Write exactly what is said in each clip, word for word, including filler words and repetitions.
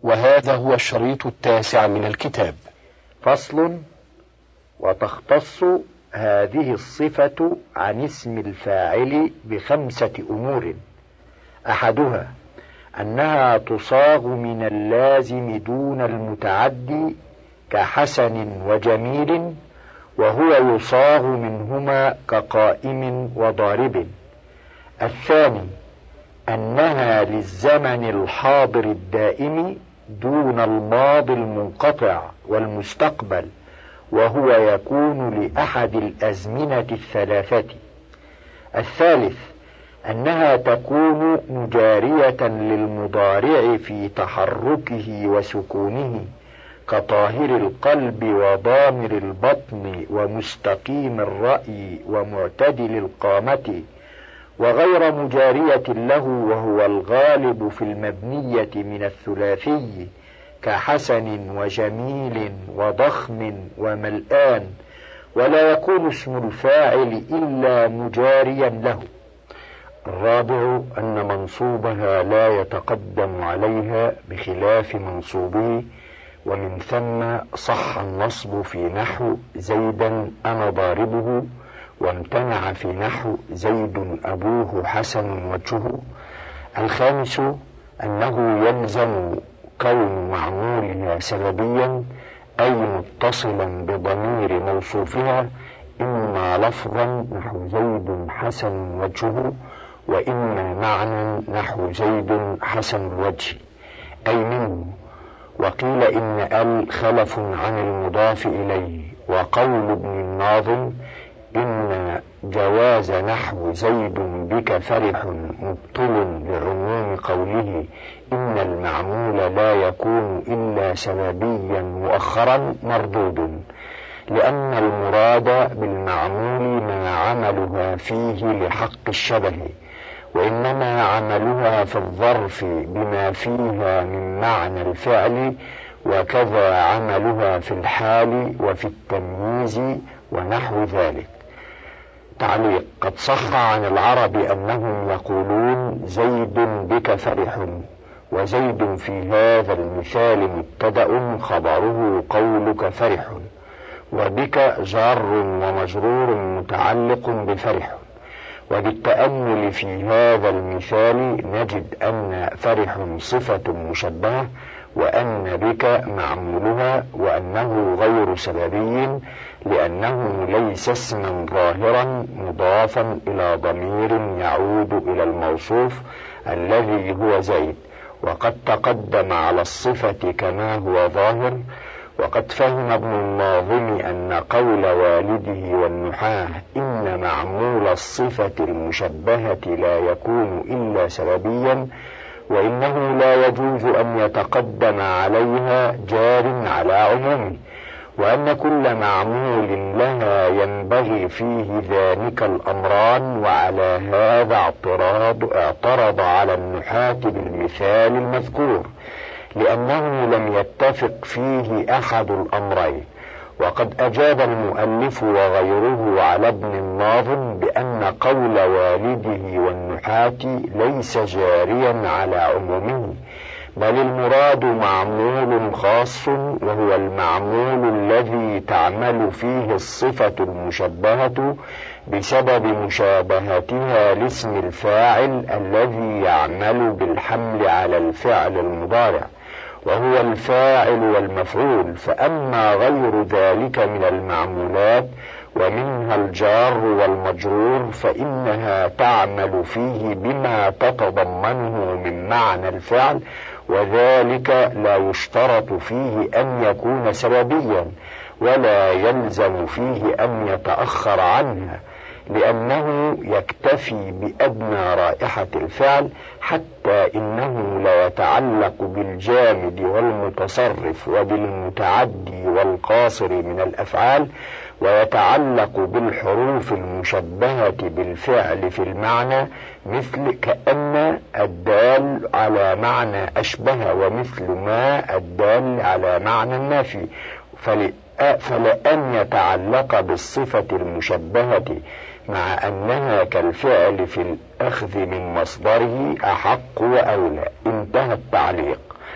وهذا هو الشريط التاسع من الكتاب. فصل: وتختص هذه الصفة عن اسم الفاعل بخمسة أمور: أحدها أنها تصاغ من اللازم دون المتعدي كحسن وجميل، وهو يصاغ منهما كقائم وضارب. الثاني أنها للزمن الحاضر الدائم دون الماضي المنقطع والمستقبل، وهو يكون لأحد الأزمنة الثلاثة. الثالث أنها تكون مجارية للمضارع في تحركه وسكونه، كطاهر القلب وضامر البطن ومستقيم الرأي ومعتدل القامة، وغير مجارية له وهو الغالب في المبنية من الثلاثي، كحسن وجميل وضخم وملآن، ولا يكون اسم الفاعل إلا مجاريا له. الرابع أن منصوبها لا يتقدم عليها بخلاف منصوبه، ومن ثم صح النصب في نحو زيدا أنا ضاربه، وامتنع في نحو زيد أبوه حسن وجهه. الخامس أنه يلزم كون معمولها سببيا، أي متصلا بضمير موصوفها، إما لفظا نحو زيد حسن وجهه، وإما معنى نحو زيد حسن الوجه أي منه. وقيل إن ال خلف عن المضاف إليه. وقول ابن الناظم إن جواز نحو زيد بك فرح مبطل لعموم قوله إن المعمول لا يكون إلا سببيا مؤخرا مردود، لأن المراد بالمعمول ما عملها فيه لحق الشبه، وإنما عملها في الظرف بما فيها من معنى الفعل، وكذا عملها في الحال وفي التمييز ونحو ذلك. تعليق: قد صح عن العرب أنهم يقولون زيد بك فرح، وزيد في هذا المثال مبتدأ خبره قولك فرح، وبك جار ومجرور متعلق بفرح. وبالتأمل في هذا المثال نجد أن فرح صفة مشبهة، وأن بك معمولها، وأنه غير سببي، لأنه ليس اسما ظاهرا مضافا إلى ضمير يعود إلى الموصوف الذي هو زيد، وقد تقدم على الصفة كما هو ظاهر. وقد فهم ابن الناظم أن قول والده والنحاة إن معمول الصفة المشبهة لا يكون إلا سببيا، وإنه لا يجوز أن يتقدم عليها جار على عمومه، وأن كل معمول لها ينبغي فيه ذلك الأمران. وعلى هذا اعتراض اعترض على النحاة بالمثال المذكور، لأنه لم يتفق فيه أحد الأمرين. وقد أجاب المؤلف وغيره على ابن الناظم بأن قول والده والنحاة ليس جاريا على عمومه، بل المراد معمول خاص، وهو المعمول الذي تعمل فيه الصفة المشبهة بسبب مشابهتها لاسم الفاعل الذي يعمل بالحمل على الفعل المضارع، وهو الفاعل والمفعول. فأما غير ذلك من المعمولات ومنها الجار والمجرور فإنها تعمل فيه بما تتضمنه من معنى الفعل، وذلك لا يشترط فيه أن يكون سببيا، ولا يلزم فيه أن يتأخر عنها، لأنه يكتفي بأدنى رائحة الفعل، حتى إنه لا يتعلق بالجامد والمتصرف وبالمتعدي والقاصر من الأفعال، ويتعلق بالحروف المشبهة بالفعل في المعنى، مثل كأن الدال على معنى أشبه، ومثل ما الدال على معنى النافي. فلأن يتعلق بالصفة المشبهة مع أنها كالفعل في الأخذ من مصدره أحق وأولى. انتهى التعليق.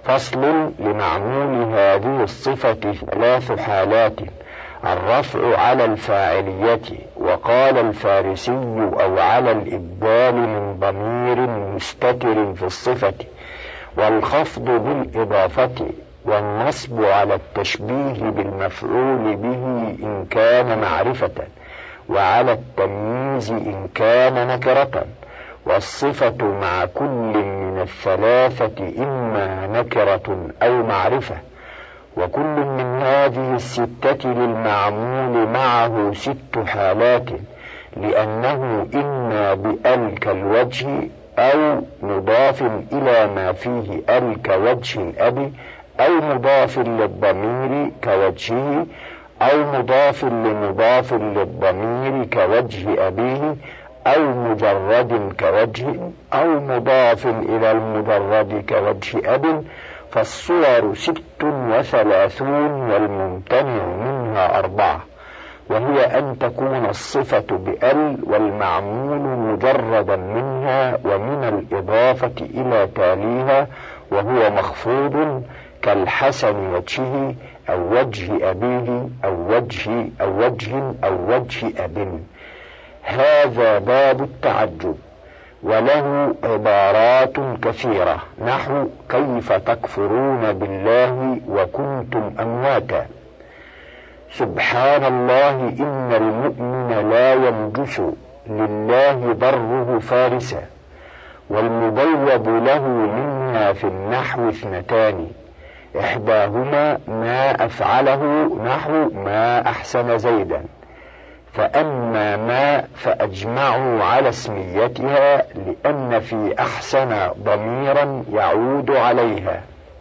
فصل. لمعمول هذه الصفة ثلاث حالات: الرفع على الفاعلية، وقال الفارسي أو على الإبدال من ضمير مستتر في الصفة، والخفض بالإضافة، والنصب على التشبيه بالمفعول به إن كان معرفة، وعلى التمييز إن كان نكرة. والصفة مع كل من الثلاثة إما نكرة أو معرفة، وكل من هذه الستة للمعمول معه ست حالات، لأنه إما بأل كالوجه، أو مضاف إلى ما فيه أل كوجه الأب، أو مضاف للضمير كوجهه، أو مضاف لمضاف للضمير كوجه أبيه، أو مجرد كوجه، أو مضاف إلى المجرد كوجه أب. فالصور ست وثلاثون، والممتنع منها أربعة، وهي أن تكون الصفة بأل والمعمول مجردا منها ومن الإضافة إلى تاليها، وهو مخفوض كالحسن وجهه، أو وجه أبيه، أو وجه أو وجه أو وجه أب. هذا باب التعجب، وله عبارات كثيرة، نحو: كيف تكفرون بالله وكنتم أمواتا، سبحان الله إن المؤمن لا ينجس، لله بره فارسا. والمبوب له منها في النحو اثنتان، إحداهما ما أفعله، نحو ما أحسن زيدا. فأما ما فأجمعوا على اسميتها، لأن في أحسن ضميرا يعود عليها،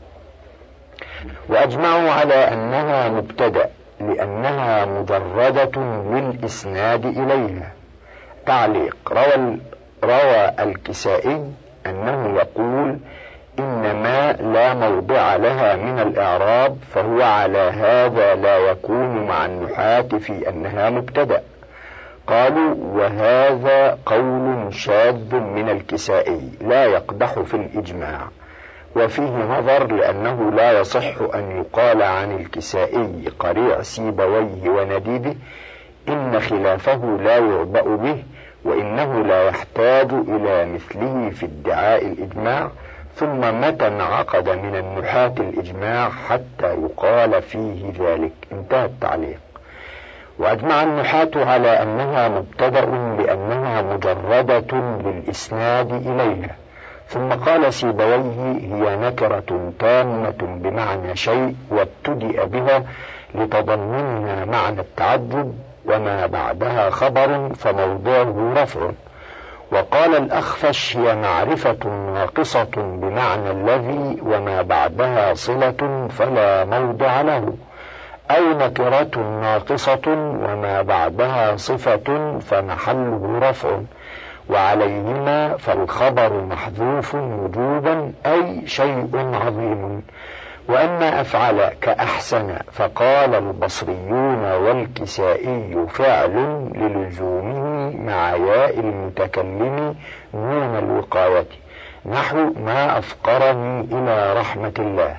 وأجمعوا على أنها مبتدأ لأنها مجردة للإسناد إليها. تعليق: روى, روى الكسائي أنه يقول: إن ما لا موضع لها من الإعراب، فهو على هذا لا يكون مع النحاة في أنها مبتدأ. قالوا: وهذا قول شاذ من الكسائي لا يقدح في الإجماع، وفيه نظر، لأنه لا يصح أن يقال عن الكسائي قريع سيبويه ونديده إن خلافه لا يعبأ به، وإنه لا يحتاج إلى مثله في ادعاء الإجماع. ثم متى انعقد من النحاة الإجماع حتى يقال فيه ذلك؟ انتهى التعليق. وأجمع النحاة على أنها مبتدأ لأنها مجردة للإسناد إليها. ثم قال سيبويه: هي نكرة تامة بمعنى شيء، وابتدأ بها لتضمنها معنى التعجب، وما بعدها خبر فموضعه رفع. وقال الأخفش: هي معرفة ناقصة بمعنى الذي، وما بعدها صلة فلا موضع له، أو نكرة ناقصة وما بعدها صفة فمحله رفع. وعليهما فالخبر محذوف وجوبا، أي شيء عظيم. وأما أفعل كأحسن فقال البصريون والكسائي فعل للزومه مع ياء المتكلم نون الوقاية، نحو ما أفقرني إلى رحمة الله.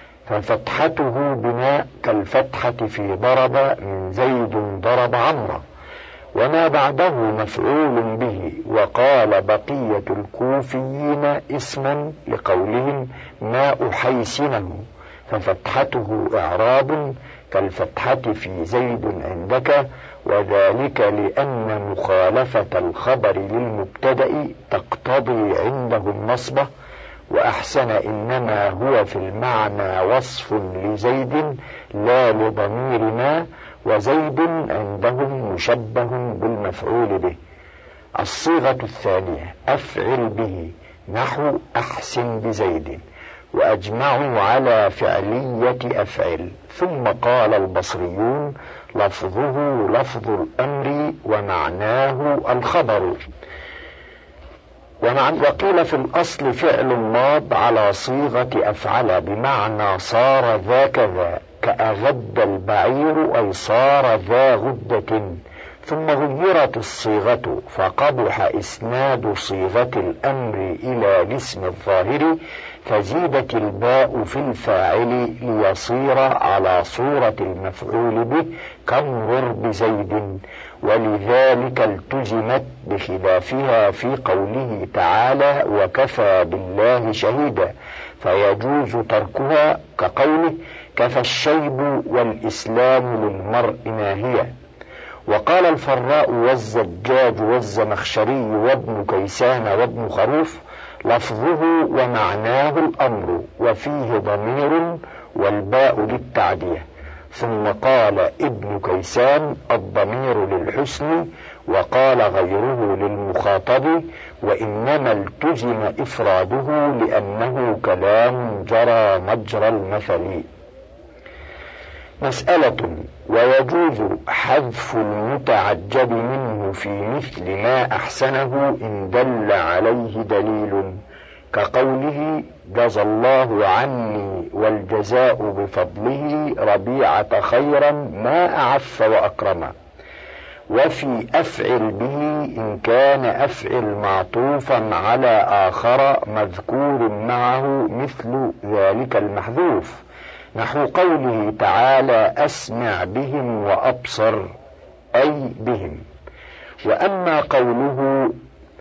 ففتحته بناء كالفتحة في ضرب من زيد ضرب عمرو، وما بعده مفعول به. وقال بقية الكوفيين اسما لقولهم ما أحيسنه، ففتحته إعراب كالفتحة في زيد عندك، وذلك لأن مخالفة الخبر للمبتدأ تقتضي عنده النصب. وأحسن إنما هو في المعنى وصف لزيد لا لضمير ما، وزيد عندهم مشبه بالمفعول به. الصيغة الثانية أفعل به، نحو أحسن بزيد. وأجمعوا على فعلية أفعل. ثم قال البصريون لفظه لفظ الأمر ومعناه الخبر. وقيل في الأصل فعل ماض على صيغة أفعل بمعنى صار ذاكذا، كأغد البعير أي صار ذا غدة. ثم غيرت الصيغة، فقبح إسناد صيغة الأمر إلى الاسم الظاهر، فزيدت الباء في الفاعل ليصير على صورة المفعول به كمرر بزيد، ولذلك التزمت بخلافها في قوله تعالى وكفى بالله شهيدا، فيجوز تركها كقوله كفى الشيب والإسلام للمرء ناهيا. وقال الفراء والزجاج والزمخشري وابن كيسان وابن خروف لفظه ومعناه الأمر وفيه ضمير والباء للتعدية. ثم قال ابن كيسان الضمير للحسن، وقال غيره للمخاطب، وإنما التزم إفراده لأنه كلام جرى مجرى المثل. مسألة: ويجوز حذف المتعجب منه في مثل ما أحسنه إن دل عليه دليل، كقوله جزى الله عني والجزاء بفضله ربيعة خيرا ما أعف وأكرم. وفي أفعل به إن كان أفعل معطوفا على آخر مذكور معه مثل ذلك المحذوف، نحو قوله تعالى أسمع بهم وأبصر أي بهم. وأما قوله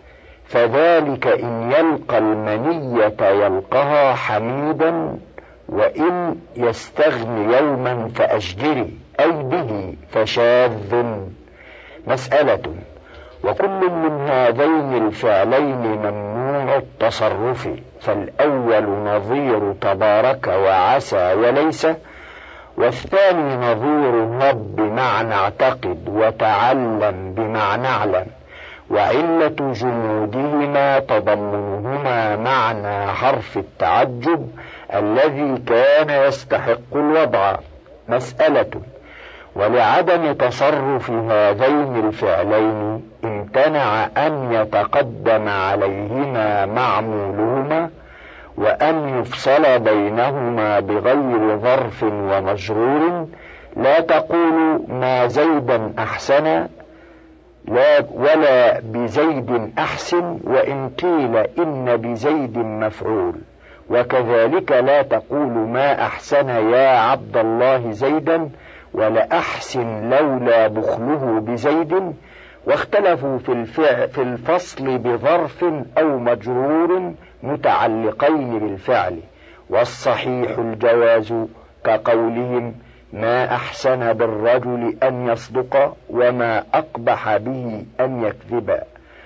فذلك إن يلقى المنية يلقها حميدا وإن يستغن يوما فأشجري أي به فشاذ. مسألة: وكل من هذين الفعلين ممنوع التصرف، فالأول نظير تبارك وعسى وليس، والثاني نظير هب بمعنى اعتقد وتعلم بمعنى اعلم، وعلة جمودهما تضمنهما معنى حرف التعجب الذي كان يستحق الوضع. مسألة: ولعدم تصرف هذين الفعلين امتنع أن يتقدم عليهما معمولهما، وأن يفصل بينهما بغير ظرف ومجرور، لا تقول ما زيدا أحسن لا ولا بزيد أحسن، وإن قيل إن بزيد مفعول، وكذلك لا تقول ما أحسن يا عبد الله زيدا ولأحسن لولا بخله بزيد. واختلفوا في, الفع في الفصل بظرف أو مجرور متعلقين بالفعل، والصحيح الجواز، كقولهم ما أحسن بالرجل أن يصدق وما أقبح به أن يكذب،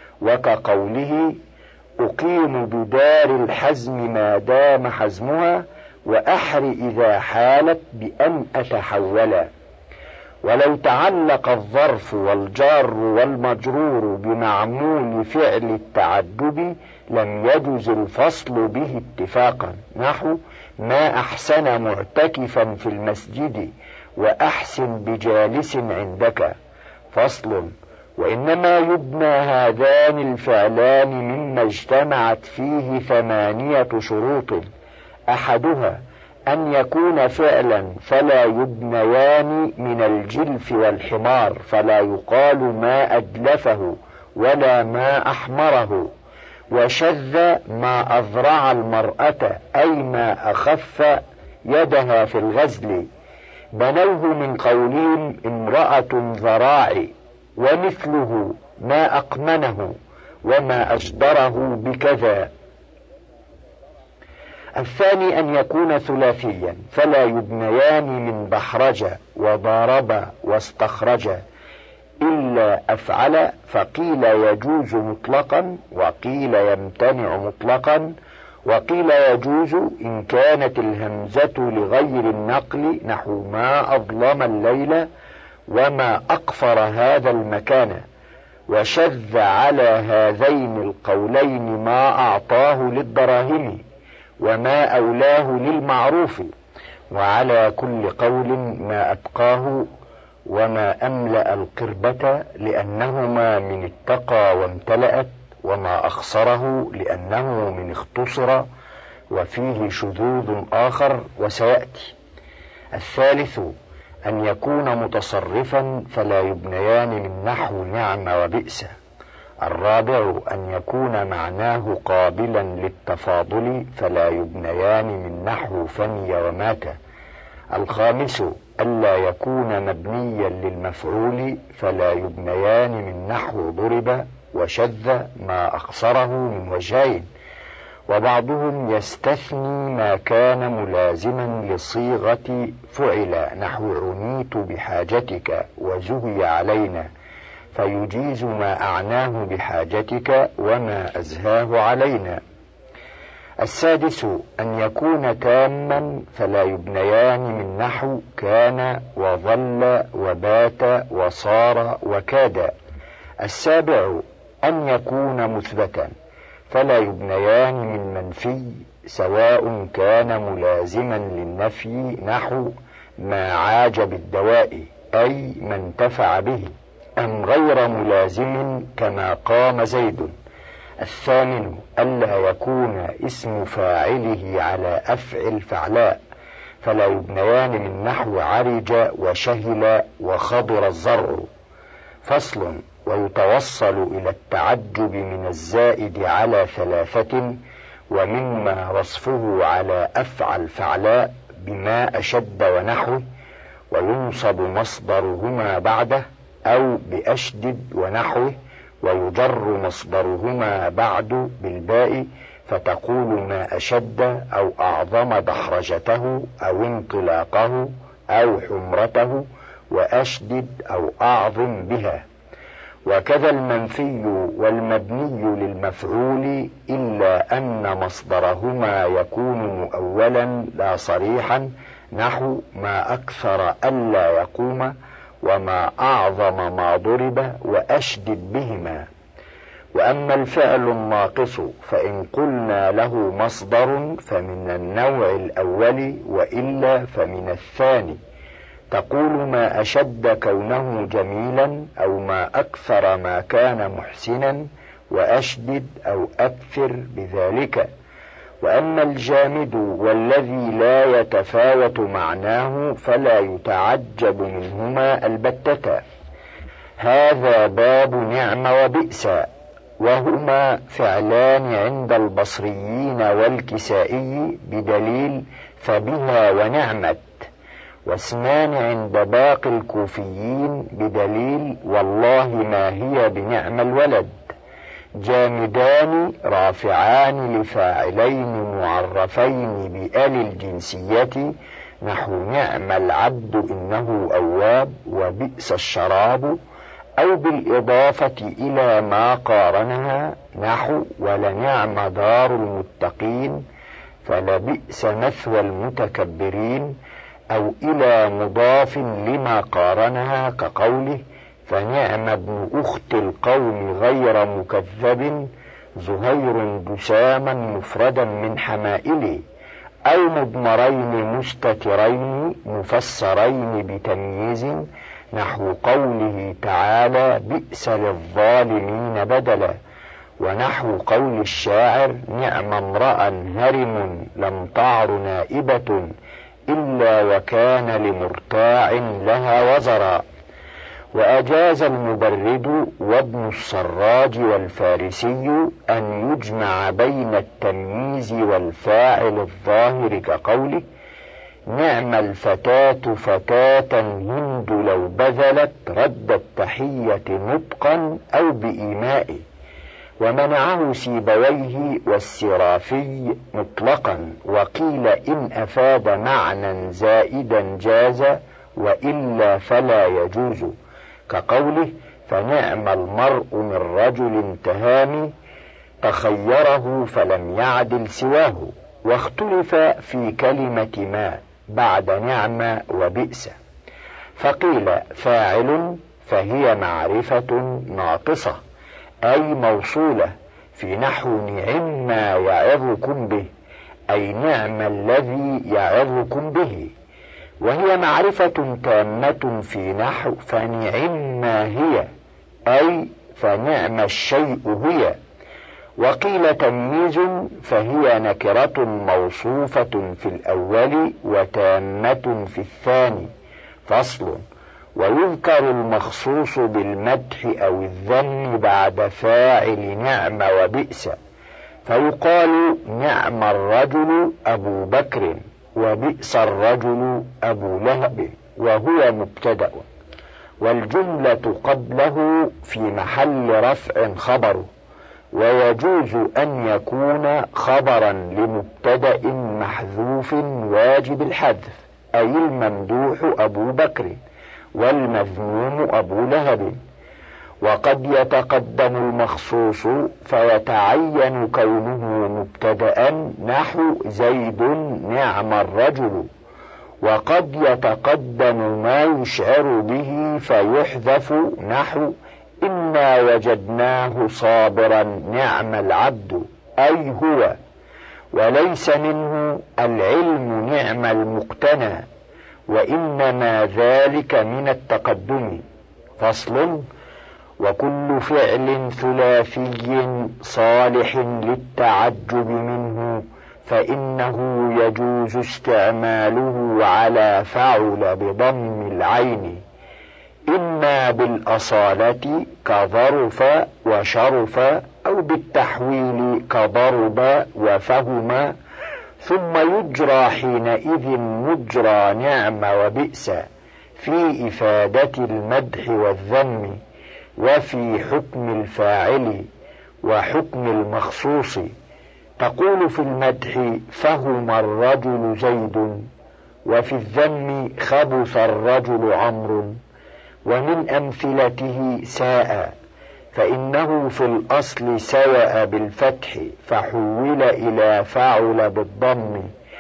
وكقوله أقيم بدار الحزم ما دام حزمها وأحر إذا حالت بأن أتحولا. ولو تعلق الظرف والجار والمجرور بمعمول فعل التعدد لم يجز الفصل به اتفاقا، نحو ما أحسن معتكفا في المسجد وأحسن بجالس عندك. فصل: وإنما يبنى هذان الفعلان مما اجتمعت فيه ثمانية شروط، أحدها أن يكون فعلا فلا يبنيان من الجلف والحمار، فلا يقال ما أجلفه ولا ما أحمره، وشذ ما أذرع المرأة أي ما أخف يدها في الغزل، بنوه من قولهم امرأة ذراع، ومثله ما أقمنه وما أجدره بكذا. الثاني أن يكون ثلاثيا فلا يبنيان من بحرج وضارب واستخرج إلا أفعل، فقيل يجوز مطلقا وقيل يمتنع مطلقا، وقيل يجوز إن كانت الهمزة لغير النقل، نحو ما أظلم الليل وما أقفر هذا المكان. وشذ على هذين القولين ما أعطاه للدراهم وما أولاه للمعروف، وعلى كل قول ما أتقاه وما أملأ القربة، لأنهما من اتقى وامتلأت، وما أخسره لأنه من اختصر، وفيه شذوذ آخر وسيأتي. الثالث أن يكون متصرفا فلا يبنيان من نحو نعم وبئس. الرابع أن يكون معناه قابلا للتفاضل فلا يبنيان من نحو فني ومات. الخامس ألا يكون مبنيا للمفعول فلا يبنيان من نحو ضرب وشذ ما أقصره من وجهين. وبعضهم يستثني ما كان ملازما لصيغة فعل نحو عنيت بحاجتك وزهي علينا، فيجيز ما أعناه بحاجتك وما أزهاه علينا. السادس أن يكون تاما فلا يبنيان من نحو كان وظل وبات وصار وكاد. السابع أن يكون مثبتا فلا يبنيان من منفي سواء كان ملازما للنفي نحو ما عاج بالدواء أي ما انتفع به، أم غير ملازم كما قام زيد. الثامن ألا يكون اسم فاعله على أفعل فعلاء فلا يبنيان من نحو عرج وشهل وخضر الزرع. فصل. ويتوصل إلى التعجب من الزائد على ثلاثة، ومما وصفه على أفعل فعلاء بما أشد ونحوه، وينصب مصدرهما بعده أو بأشدد ونحوه، ويجر مصدرهما بعد بالباء فتقول ما أشد أو أعظم دحرجته أو انطلاقه أو حمرته، وأشدد أو أعظم بها. وكذا المنفي والمبني للمفعول إلا أن مصدرهما يكون مؤولا لا صريحا نحو ما أكثر ألا يقوم وما أعظم ما ضرب وأشدد بهما. وأما الفعل الناقص فإن قلنا له مصدر فمن النوع الأول وإلا فمن الثاني، تقول ما أشد كونه جميلا أو ما أكثر ما كان محسنا وأشدد أو أكثر بذلك. وأما الجامد والذي لا يتفاوت معناه فلا يتعجب منهما البتة. هذا باب نعم وبئس، وهما فعلان عند البصريين والكسائي بدليل فبها ونعمت، واسمان عند باقي الكوفيين بدليل والله ما هي بنعم الولد. جامدان رافعان لفاعلين معرفين بآل الجنسية نحو نعم العبد إنه أواب وبئس الشراب، أو بالإضافة إلى ما قارنها نحو ولنعم دار المتقين فلبئس مثوى المتكبرين، أو إلى مضاف لما قارنها كقوله فنعم ابن أخت القوم غير مكذب زهير جساما مفردا من حمائله، أو مضمرين مستترين مفسرين بتمييز نحو قوله تعالى بئس للظالمين بدلا، ونحو قول الشاعر نعم امرأ هرم لم تعر نائبة إلا وكان لمرتاع لها وزرا. وأجاز المبرد وابن السراج والفارسي أن يجمع بين التمييز والفاعل الظاهر كقوله نعم الفتاة فتاة هند لو بذلت رد التحية نطقا أو بإيماء. ومنعه سيبويه والسرافي مطلقا، وقيل إن أفاد معنى زائدا جاز وإلا فلا يجوز، كقوله فنعم المرء من رجل تهامي تخيره فلم يعدل سواه. واختلف في كلمة ما بعد نعم وبئس، فقيل فاعل فهي معرفة ناقصة أي موصولة في نحو نعم ما يعظكم به أي نعم الذي يعظكم به، وهي معرفة تامة في نحو فنعم ما هي أي فنعم الشيء هي. وقيل تمييز فهي نكرة موصوفة في الأول وتامة في الثاني. فصل. ويذكر المخصوص بالمدح أو الذم بعد فاعل نعم وبئس، فيقال نعم الرجل أبو بكر وبئس الرجل أبو لهب، وهو مبتدأ، والجملة قبله في محل رفع خبر، ويجوز أن يكون خبرا لمبتدأ محذوف واجب الحذف، أي الممدوح أبو بكر والمذموم أبو لهب. وقد يتقدم المخصوص فيتعين كونه مبتدأ نحو زيد نعم الرجل، وقد يتقدم ما يشعر به فيحذف نحو إنا وجدناه صابرا نعم العبد، أي هو، وليس منه العلم نعم المقتنى، وإنما ذلك من التقدم. فصل: وكل فعل ثلاثي صالح للتعجب منه فإنه يجوز استعماله على فعل بضم العين، إما بالأصالة كظرف وشرف، أو بالتحويل كضرب وفهم، ثم يجرى حينئذ مجرى نعم وبئس في إفادة المدح والذم، وفي حكم الفاعل وحكم المخصوص. تقول في المدح فهم الرجل زيد، وفي الذم خبث الرجل عمرو. ومن أمثلته ساء، فإنه في الأصل سوأ بالفتح فحول إلى فعل بالضم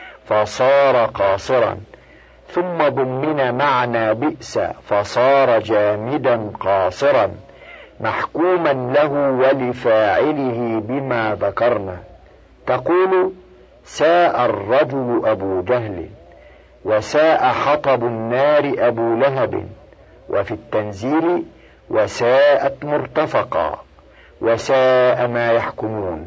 فصار قاصرا، ثم ضمن معنى بئس فصار جامدا قاصرا، محكوما له ولفاعله بما ذكرنا. تقول ساء الرجل أبو جهل، وساء حطب النار أبو لهب. وفي التنزيل وساءت مرتفقا، وساء ما يحكمون.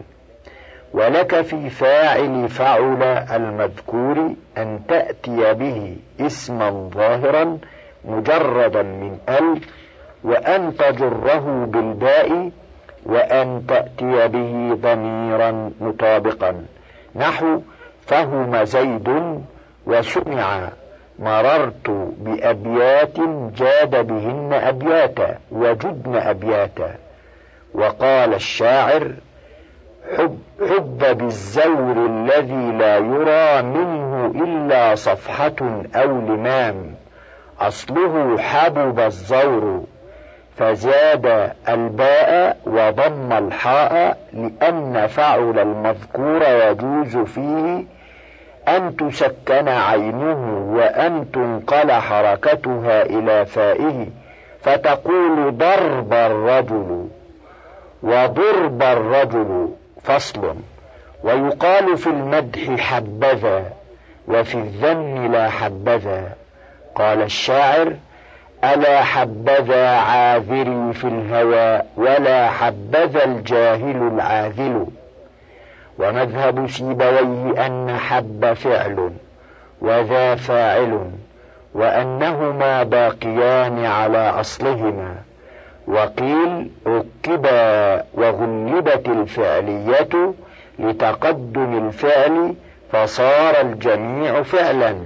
ولك في فاعل فعل المذكور أن تأتي به اسما ظاهرا مجردا من ال، وأن تجره بالباء، وأن تأتي به ضميرا مطابقا، نحو فهم زيد وسمع مررت بأبيات جاد بهن أبياتا وجدن أبياتا. وقال الشاعر حب, حب بالزور الذي لا يرى منه إلا صفحة أو لمام، أصله حبب الزور، فزاد الباء وضم الحاء، لأن فعل المذكور يجوز فيه أن تسكن عينه وأن تنقل حركتها إلى فائه، فتقول ضرب الرجل وضرب الرجل. فصل: ويقال في المدح حبذا، وفي الذم لا حبذا. قال الشاعر ألا حبذا عاذري في الهوى، ولا حبذا الجاهل العاذل. ومذهب سيبويه أن حب فعل وذا فاعل، وأنهما باقيان على أصلهما. وقيل ركبا وغلبت الفعلية لتقدم الفعل فصار الجميع فعلا،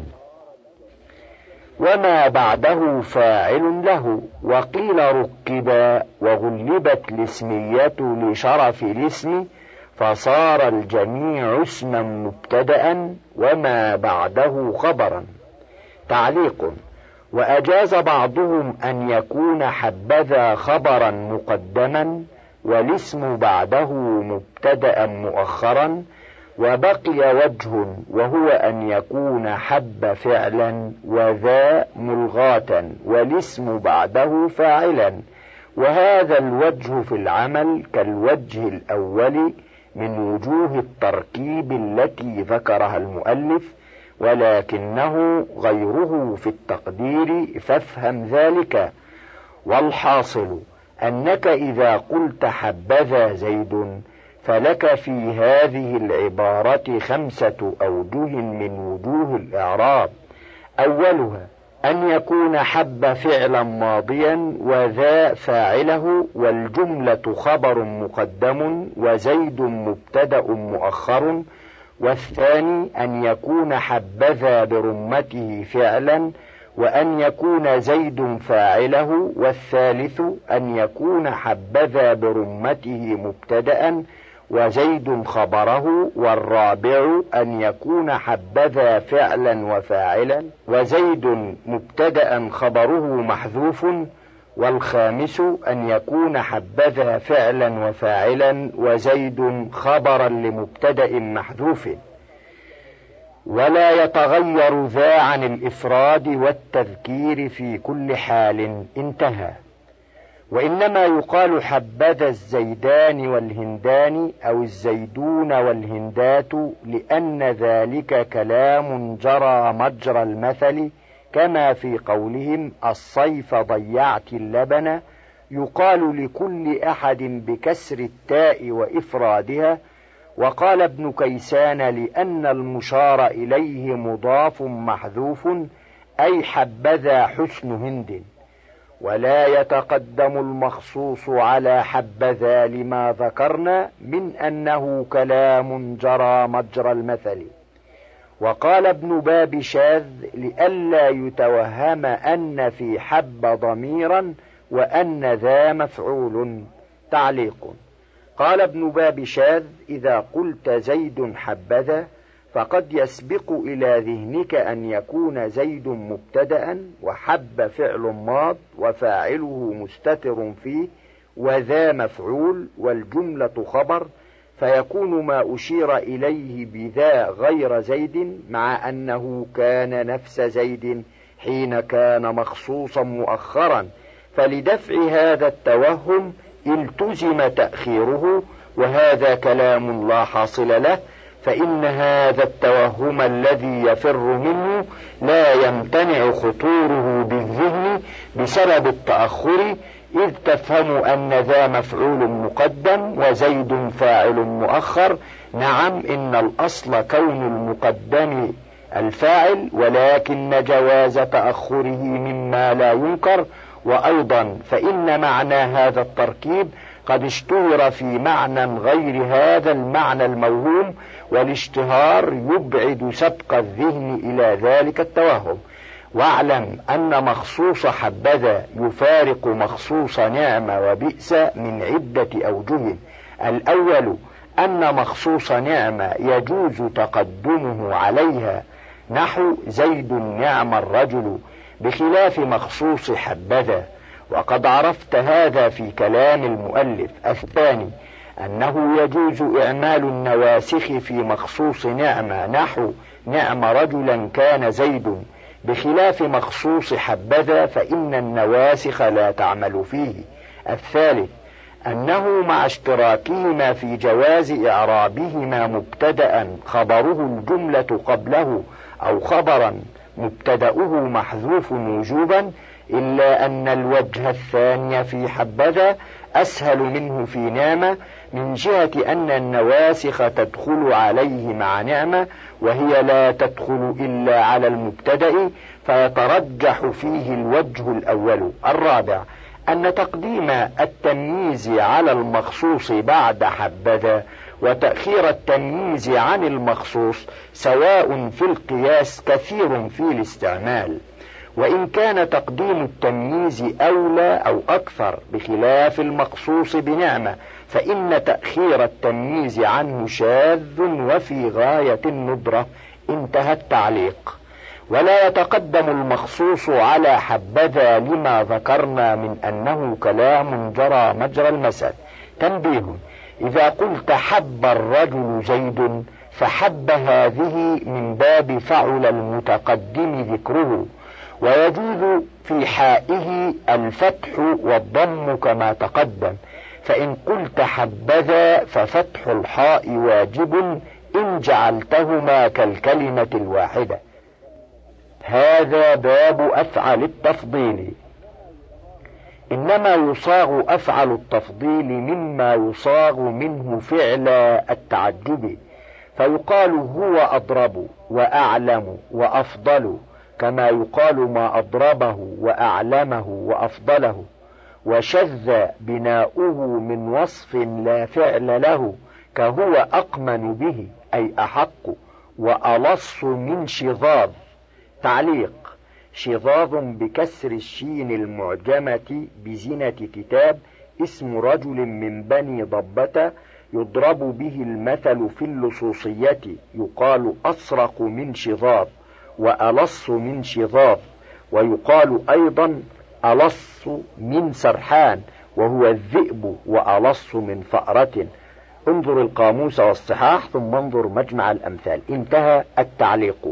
وما بعده فاعل له. وقيل ركبا وغلبت الاسمية لشرف الاسم فصار الجميع اسما مبتدأ وما بعده خبرا. تعليق: وأجاز بعضهم أن يكون حبذا خبرا مقدما والاسم بعده مبتدأ مؤخرا، وبقي وجه وهو أن يكون حب فعلا وذا ملغاة والاسم بعده فاعلا، وهذا الوجه في العمل كالوجه الأول من وجوه التركيب التي ذكرها المؤلف، ولكنه غيره في التقدير، فافهم ذلك. والحاصل أنك إذا قلت حبذا زيد فلك في هذه العبارة خمسة أوجه من وجوه الإعراب: أولها أن يكون حب فعلا ماضيا وذا فاعله والجملة خبر مقدم وزيد مبتدأ مؤخر. والثاني أن يكون حبذا برمته فعلا وأن يكون زيد فاعله. والثالث أن يكون حبذا برمته مبتدأ وزيد خبره. والرابع أن يكون حبذا فعلا وفاعلا وزيد مبتدأ خبره محذوف. والخامس أن يكون حبذا فعلا وفاعلا وزيد خبرا لمبتدأ محذوف. ولا يتغير ذا عن الإفراد والتذكير في كل حال. انتهى. وإنما يقال حبذا الزيدان والهندان أو الزيدون والهندات لأن ذلك كلام جرى مجرى المثل، كما في قولهم الصيف ضيعت اللبن. يقال لكل أحد بكسر التاء وإفرادها. وقال ابن كيسان لأن المشار إليه مضاف محذوف أي حبذا حسن هند. ولا يتقدم المخصوص على حبذا لما ذكرنا من أنه كلام جرى مجرى المثل. وقال ابن باب شاذ لئلا يتوهم أن في حب ضميرا وأن ذا مفعول. تعليق. قال ابن باب شاذ إذا قلت زيد حبذا فقد يسبق إلى ذهنك أن يكون زيد مبتدأ وحب فعل ماض وفاعله مستتر فيه وذا مفعول والجملة خبر، فيكون ما أشير إليه بذا غير زيد مع أنه كان نفس زيد حين كان مخصوصا مؤخرا. فلدفع هذا التوهم التزم تأخيره، وهذا كلام لا حاصل له، فإن هذا التوهم الذي يفر منه لا يمتنع خطوره بالذهن بسبب التأخر، إذ تفهم أن ذا مفعول مقدم وزيد فاعل مؤخر. نعم، إن الأصل كون المقدم الفاعل، ولكن جواز تأخره مما لا ينكر. وأيضا فإن معنى هذا التركيب قد اشتهر في معنى غير هذا المعنى الموهوم، والاشتهار يبعد سبق الذهن إلى ذلك التوهم. واعلم أن مخصوص حبذا يفارق مخصوص نعم وبئس من عدة أوجه. الأول أن مخصوص نعم يجوز تقدمه عليها، نحو زيد نعم الرجل، بخلاف مخصوص حبذا، وقد عرفت هذا في كلام المؤلف. الثاني أنه يجوز إعمال النواسخ في مخصوص نعمة، نحو نعم رجلا كان زيد، بخلاف مخصوص حبذا فإن النواسخ لا تعمل فيه. الثالث أنه مع اشتراكهما في جواز إعرابهما مبتدأ خبره الجملة قبله أو خبرا مبتدأه محذوف وجوبا، إلا أن الوجه الثاني في حبذا أسهل منه في نعمة، من جهة أن النواسخ تدخل عليه مع نعمة وهي لا تدخل إلا على المبتدأ، فيترجح فيه الوجه الأول. الرابع أن تقديم التمييز على المخصوص بعد حبذا وتأخير التمييز عن المخصوص سواء في القياس كثير في الاستعمال، وإن كان تقديم التمييز أولى أو أكثر بخلاف المخصوص بنعمة، فإن تأخير التمييز عنه شاذ وفي غاية الندرة. انتهى التعليق. ولا يتقدم المخصوص على حبذا لما ذكرنا من أنه كلام جرى مجرى المثل. تنبيه: إذا قلت حب الرجل زيد فحب هذه من باب فعل المتقدم ذكره، ويجوز في حائه الفتح والضم كما تقدم، فإن قلت حبذا ففتح الحاء واجب إن جعلتهما كالكلمة الواحدة. هذا باب أفعل التفضيل. إنما يصاغ أفعل التفضيل مما يصاغ منه فعل التعجب، فيقال هو أضرب وأعلم وأفضل، كما يقال ما أضربه وأعلمه وأفضله. وشذ بناؤه من وصف لا فعل له كهو أقمن به أي أحق، وألص من شظاظ. تعليق: شظاظ بكسر الشين المعجمة بزنة كتاب، اسم رجل من بني ضبة يضرب به المثل في اللصوصية، يقال أصرق من شظاظ وألص من شظاظ، ويقال أيضا ألص من سرحان وهو الذئب، وألص من فأرة. انظر القاموس والصحاح ثم انظر مجمع الأمثال. انتهى التعليق.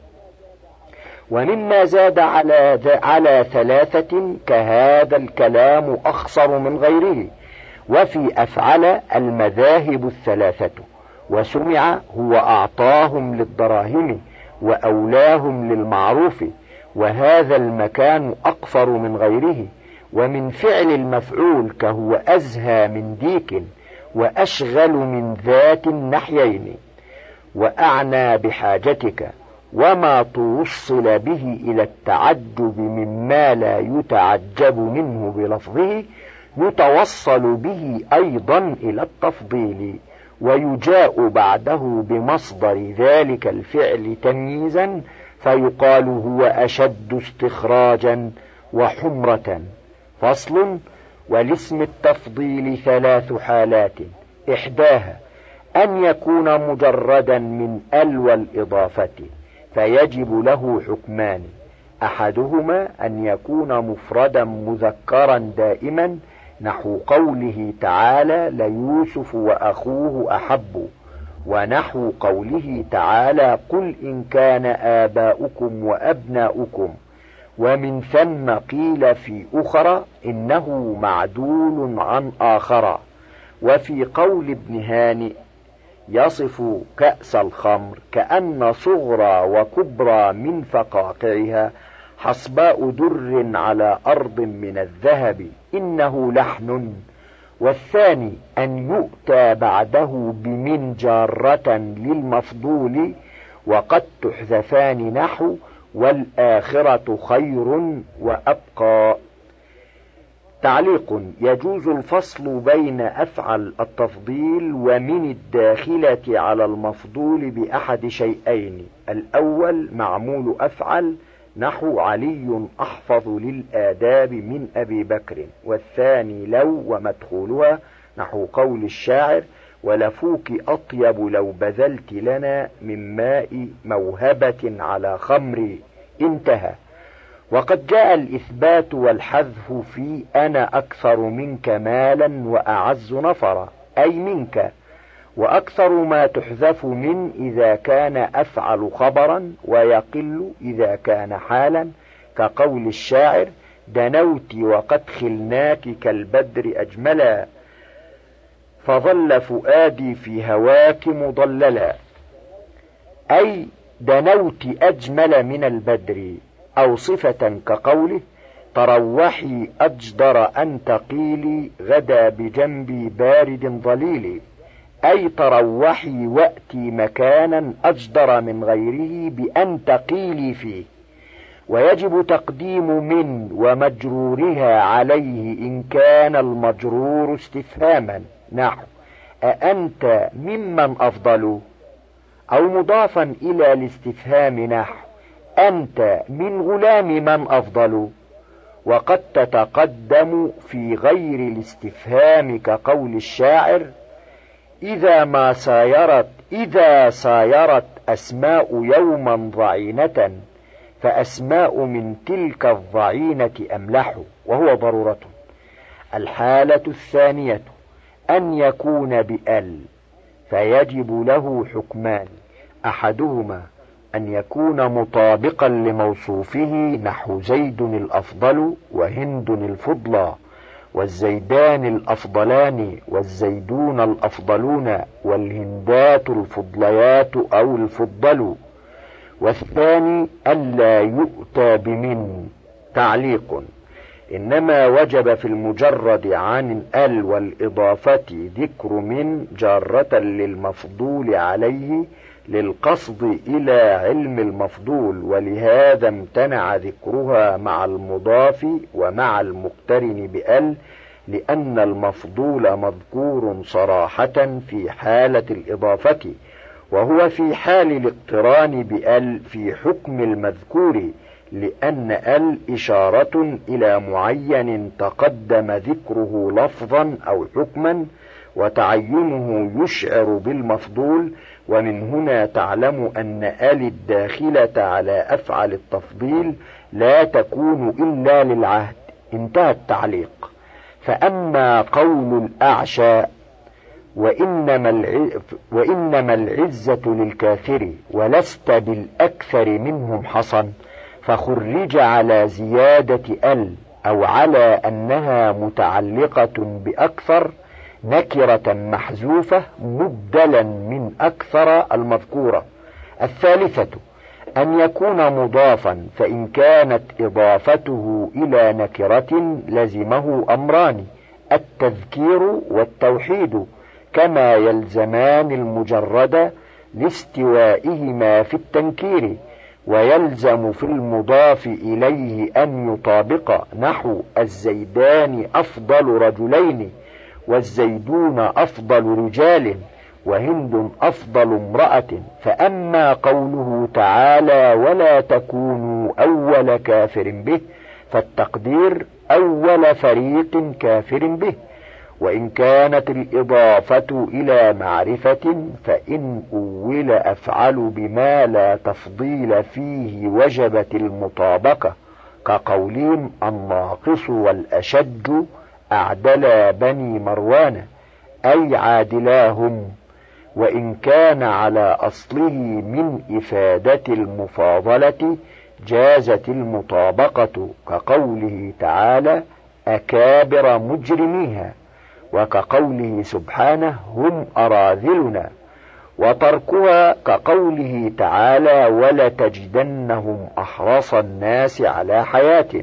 ومما زاد على, على ثلاثة كهذا الكلام أخصر من غيره. وفي أفعل المذاهب الثلاثة، وسمع هو أعطاهم للدراهم وأولاهم للمعروف، وهذا المكان أقفر من غيره. ومن فعل المفعول كهو أزهى من ديك وأشغل من ذات النحيين. وأعنى بحاجتك، وما توصل به إلى التعجب مما لا يتعجب منه بلفظه يتوصل به أيضا إلى التفضيل، ويجاء بعده بمصدر ذلك الفعل تمييزا فيقال هو أشد استخراجا وحمرة. فصل: ولاسم التفضيل ثلاث حالات: إحداها أن يكون مجردا من ال والإضافة فيجب له حكمان: أحدهما أن يكون مفردا مذكرا دائما، نحو قوله تعالى ليوسف وأخوه أحب، ونحو قوله تعالى قل إن كان آباؤكم وأبناؤكم. ومن ثم قيل في أخرى إنه معدول عن آخر. وفي قول ابن هانئ يصف كأس الخمر كأن صغرى وكبرى من فقاقعها حصباء در على أرض من الذهب إنه لحن. والثاني أن يؤتى بعده بمن جارة للمفضول، وقد تحذفان نحو والآخرة خير وأبقى. تعليق: يجوز الفصل بين أفعل التفضيل ومن الداخلة على المفضول بأحد شيئين: الأول معمول أفعل نحو علي أحفظ للآداب من أبي بكر، والثاني لو ومدخولها نحو قول الشاعر ولفوك أطيب لو بذلت لنا من ماء موهبة على خمر. انتهى. وقد جاء الإثبات والحذف في أنا أكثر منك مالا وأعز نفرا، أي منك، وأكثر ما تحذف من إذا كان أفعل خبرا، ويقل إذا كان حالا، كقول الشاعر دنوت وقد خلناك كالبدر أجملا، فظل فؤادي في هواك مضللا، أي دنوت أجمل من البدر. أو صفة كقوله تروحي أجدر أن تقيلي غدا بجنبي بارد ظليل، أي تروحي وأتي مكانا أجدر من غيره بأن تقيلي فيه. ويجب تقديم من ومجرورها عليه إن كان المجرور استفهاما، نحو أأنت ممن أفضل، أو مضافا إلى الاستفهام نحو أنت من غلام من أفضل. وقد تتقدم في غير الاستفهام كقول الشاعر إذا ما سايرت إذا سايرت أسماء يوما ضعينة فأسماء من تلك الضعينة أملح، وهو ضرورة. الحالة الثانية أن يكون بأل فيجب له حكمان: أحدهما أن يكون مطابقا لموصوفه نحو زيد الأفضل وهند الفضلى والزيدان الأفضلان والزيدون الأفضلون والهندات الفضليات أو الفضل. والثاني ألا يؤتى بمن. تعليق: إنما وجب في المجرد عن ال والإضافة ذكر من جارة للمفضول عليه للقصد إلى علم المفضول، ولهذا امتنع ذكرها مع المضاف ومع المقترن بأل، لأن المفضول مذكور صراحة في حالة الإضافة، وهو في حال الاقتران بأل في حكم المذكور، لأن أل إشارة إلى معين تقدم ذكره لفظا أو حكما، وتعينه يشعر بالمفضول. ومن هنا تعلم أن أل الداخلة على أفعل التفضيل لا تكون إلا للعهد. انتهى التعليق. فأما قول الأعشى وإنما, الع... وإنما العزة للكافر ولست بالأكثر منهم حصن، فخرج على زيادة ال أو على أنها متعلقة بأكثر نكرة محذوفة مبدلا من أكثر المذكورة. الثالثة أن يكون مضافا، فإن كانت إضافته إلى نكرة لزمه أمران: التذكير والتوحيد، كما يلزمان المجرد لاستوائهما في التنكير. ويلزم في المضاف إليه أن يطابق، نحو الزيدان أفضل رجلين، والزيدون أفضل رجال، وهند أفضل امرأة. فأما قوله تعالى ولا تكونوا أول كافر به، فالتقدير أول فريق كافر به. وإن كانت الإضافة إلى معرفة، فإن أول أفعل بما لا تفضيل فيه وجبت المطابقة، كقولهم الناقص والأشج أعدلا بني مروان، أي عادلاهم. وإن كان على أصله من إفادة المفاضلة جازت المطابقة، كقوله تعالى أكابر مجرميها، وكقوله سبحانه هم أراذلنا. وتركها كقوله تعالى ولتجدنهم أحرص الناس على حياة،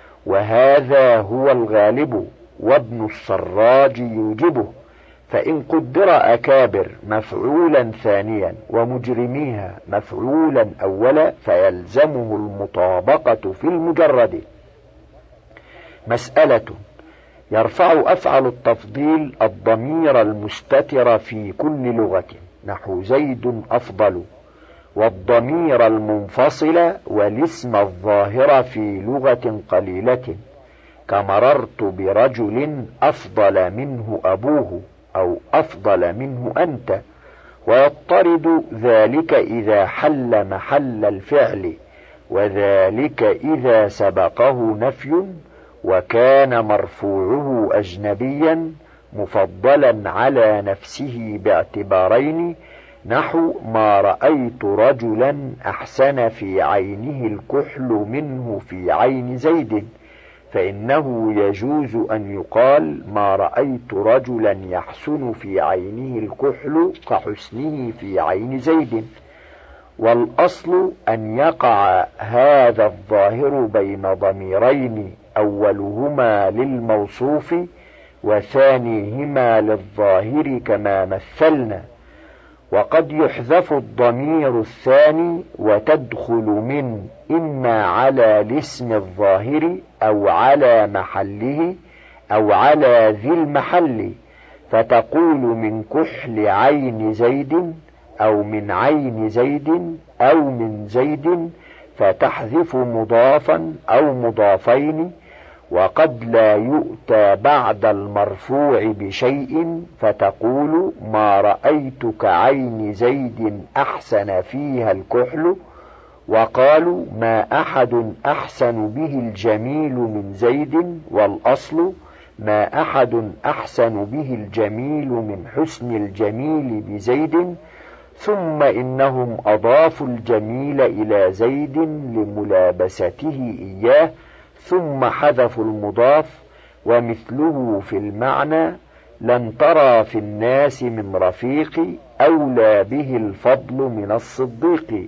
وهذا هو الغالب، وابن السراج يوجبه. فإن قدر أكابر مفعولا ثانيا ومجرميها مفعولا أولا، فيلزمه المطابقة في المجرد. مسألة: يرفع أفعل التفضيل الضمير المستتر في كل لغة، نحو زيد أفضل، والضمير المنفصل والاسم الظاهر في لغة قليلة، كمررت برجل أفضل منه أبوه، أو أفضل منه أنت. ويضطرد ذلك إذا حل محل الفعل، وذلك إذا سبقه نفي وكان مرفوعه أجنبيا مفضلا على نفسه باعتبارين، نحو ما رأيت رجلا أحسن في عينه الكحل منه في عين زيد، فإنه يجوز أن يقال ما رأيت رجلا يحسن في عينه الكحل كحسنه في عين زيد. والأصل أن يقع هذا الظاهر بين ضميرين، أولهما للموصوف وثانيهما للظاهر كما مثلنا. وقد يحذف الضمير الثاني وتدخل من إما على الاسم الظاهر أو على محله أو على ذي المحل، فتقول من كحل عين زيد، أو من عين زيد، أو من زيد، فتحذف مضافا أو مضافين. وقد لا يؤتى بعد المرفوع بشيء، فتقول ما رأيت كعين زيد أحسن فيها الكحل، وقالوا ما أحد أحسن به الجميل من زيد، والأصل ما أحد أحسن به الجميل من حسن الجميل بزيد. ثم إنهم أضافوا الجميل إلى زيد لملابسته إياه، ثم حذفوا المضاف. ومثله في المعنى لن ترى في الناس من رفيق أولى به الفضل من الصديق.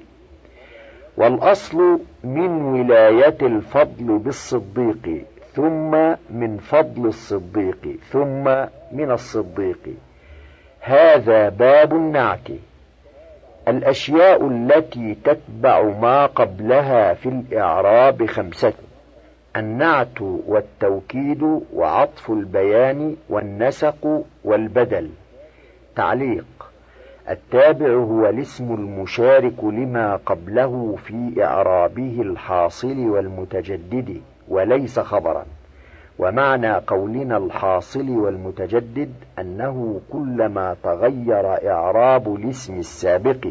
والأصل من ولاية الفضل بالصديق، ثم من فضل الصديق، ثم من الصديق. هذا باب النعت. الأشياء التي تتبع ما قبلها في الإعراب خمسة: النعت والتوكيد وعطف البيان والنسق والبدل. تعليق: التابع هو الاسم المشارك لما قبله في إعرابه الحاصل والمتجدد وليس خبرا. ومعنى قولنا الحاصل والمتجدد أنه كلما تغير إعراب الاسم السابق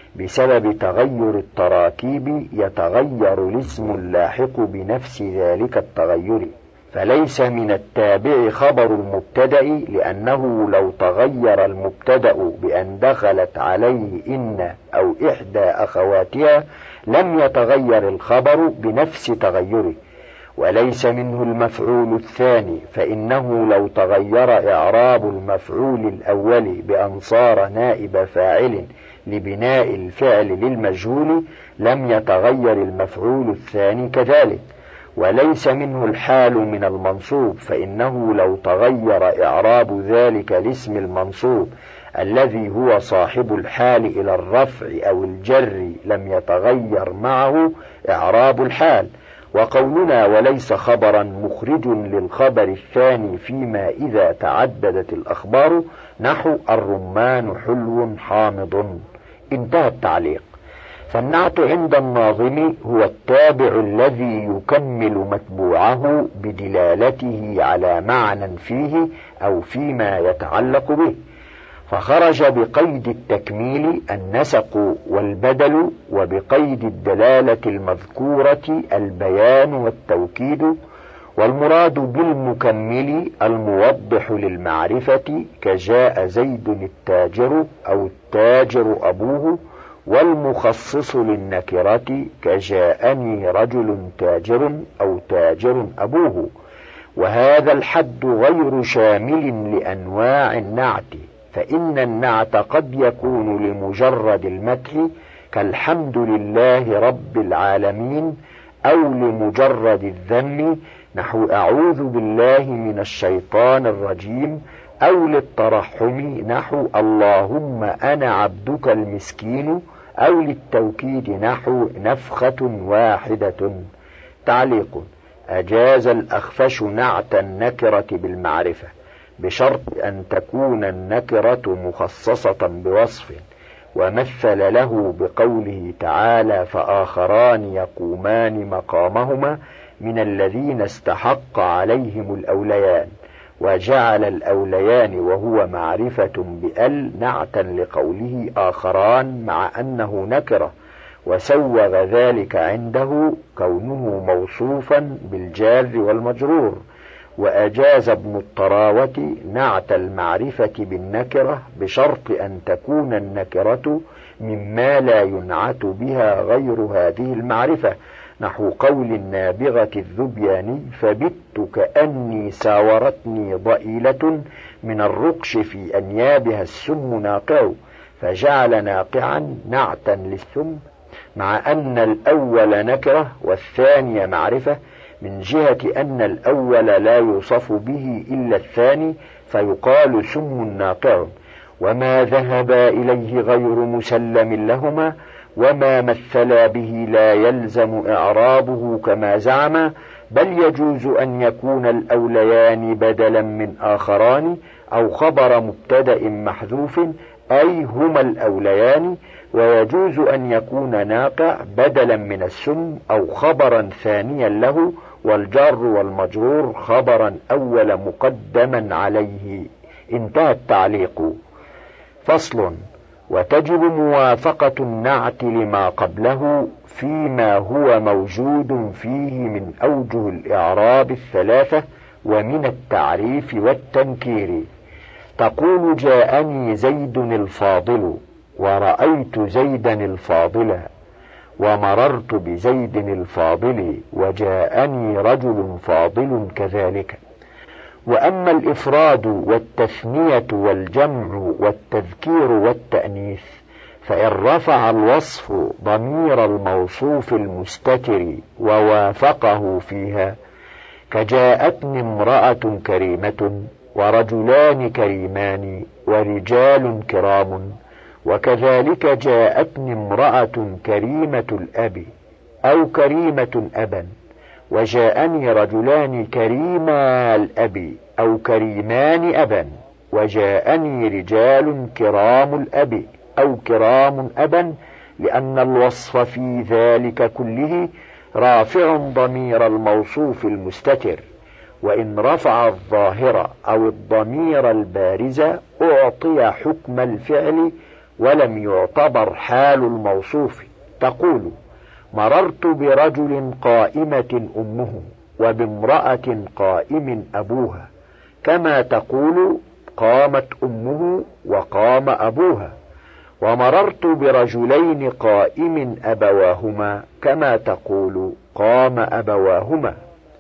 بسبب تغير التراكيب يتغير الاسم اللاحق بنفس ذلك التغير، فليس من التابع خبر المبتدأ، لأنه لو تغير المبتدأ بأن دخلت عليه إن أو إحدى أخواتها لم يتغير الخبر بنفس تغيره. وليس منه المفعول الثاني، فإنه لو تغير إعراب المفعول الأول بأن صار نائب فاعل لبناء الفعل للمجهول لم يتغير المفعول الثاني كذلك. وليس منه الحال من المنصوب، فإنه لو تغير إعراب ذلك الاسم المنصوب الذي هو صاحب الحال إلى الرفع أو الجر لم يتغير معه إعراب الحال. وقولنا وليس خبرا مخرج للخبر الثاني فيما إذا تعددت الأخبار نحو الرمان حلو حامض. انتهى التعليق. فالنعت عند الناظم هو التابع الذي يكمل متبوعه بدلالته على معنى فيه أو فيما يتعلق به، فخرج بقيد التكميل النسق والبدل، وبقيد الدلالة المذكورة البيان والتوكيد. والمراد بالمكمل الموضح للمعرفة كجاء زيد التاجر أو التاجر أبوه، والمخصص للنكرة كجاءني رجل تاجر أو تاجر أبوه. وهذا الحد غير شامل لأنواع النعت، فإن النعت قد يكون لمجرد المدح كالحمد لله رب العالمين، أو لمجرد الذم نحو أعوذ بالله من الشيطان الرجيم، أو للترحم نحو اللهم أنا عبدك المسكين، أو للتوكيد نحو نفخة واحدة. تعليق: أجاز الأخفش نعت النكرة بالمعرفة بشرط أن تكون النكرة مخصصة بوصف، ومثل له بقوله تعالى: فآخران يقومان مقامهما من الذين استحق عليهم الأوليان، وجعل الأوليان وهو معرفة بأل نعتا لقوله آخران مع أنه نكرة، وسوغ ذلك عنده كونه موصوفا بالجار والمجرور. وأجاز ابن الطراوة نعت المعرفة بالنكرة بشرط أن تكون النكرة مما لا ينعت بها غير هذه المعرفة، نحو قول النابغة الذبياني: فبت كأني ساورتني ضئيلة من الرقش في أنيابها السم ناقع، فجعل ناقعا نعتا للسم، مع أن الأول نكرة والثاني معرفة، من جهة أن الأول لا يوصف به إلا الثاني فيقال سم ناقع. وما ذهب إليه غير مسلم لهما، وما مثلا به لا يلزم إعرابه كما زعم، بل يجوز أن يكون الأوليان بدلا من آخران، أو خبر مبتدأ محذوف أي هما الأوليان. ويجوز أن يكون ناقع بدلا من السم أو خبرا ثانيا له، والجار والمجرور خبرا أول مقدما عليه. انتهى التعليق. فصل: وتجب موافقة النعت لما قبله فيما هو موجود فيه من أوجه الإعراب الثلاثة ومن التعريف والتنكير. تقول: جاءني زيد الفاضل، ورأيت زيدا الفاضل، ومررت بزيد الفاضل، وجاءني رجل فاضل كذلك. وأما الإفراد والتثنية والجمع والتذكير والتأنيث فإن رفع الوصف ضمير الموصوف المستتر ووافقه فيها، كجاءتني امرأة كريمة، ورجلان كريمان، ورجال كرام، وكذلك جاءتني امرأة كريمة الأب أو كريمة أبا، وجاءني رجلان كريما الأب أو كريمان أبا، وجاءني رجال كرام الأب أو كرام أبا، لأن الوصف في ذلك كله رافع ضمير الموصوف المستتر، وإن رفع الظاهر أو الضمير البارز أعطي حكم الفعل ولم يعتبر حال الموصوف. تقول: مررت برجل قائمة أمه، وبامرأة قائم أبوها، كما تقول قامت أمه وقام أبوها. ومررت برجلين قائم أبواهما، كما تقول قام أبواهما.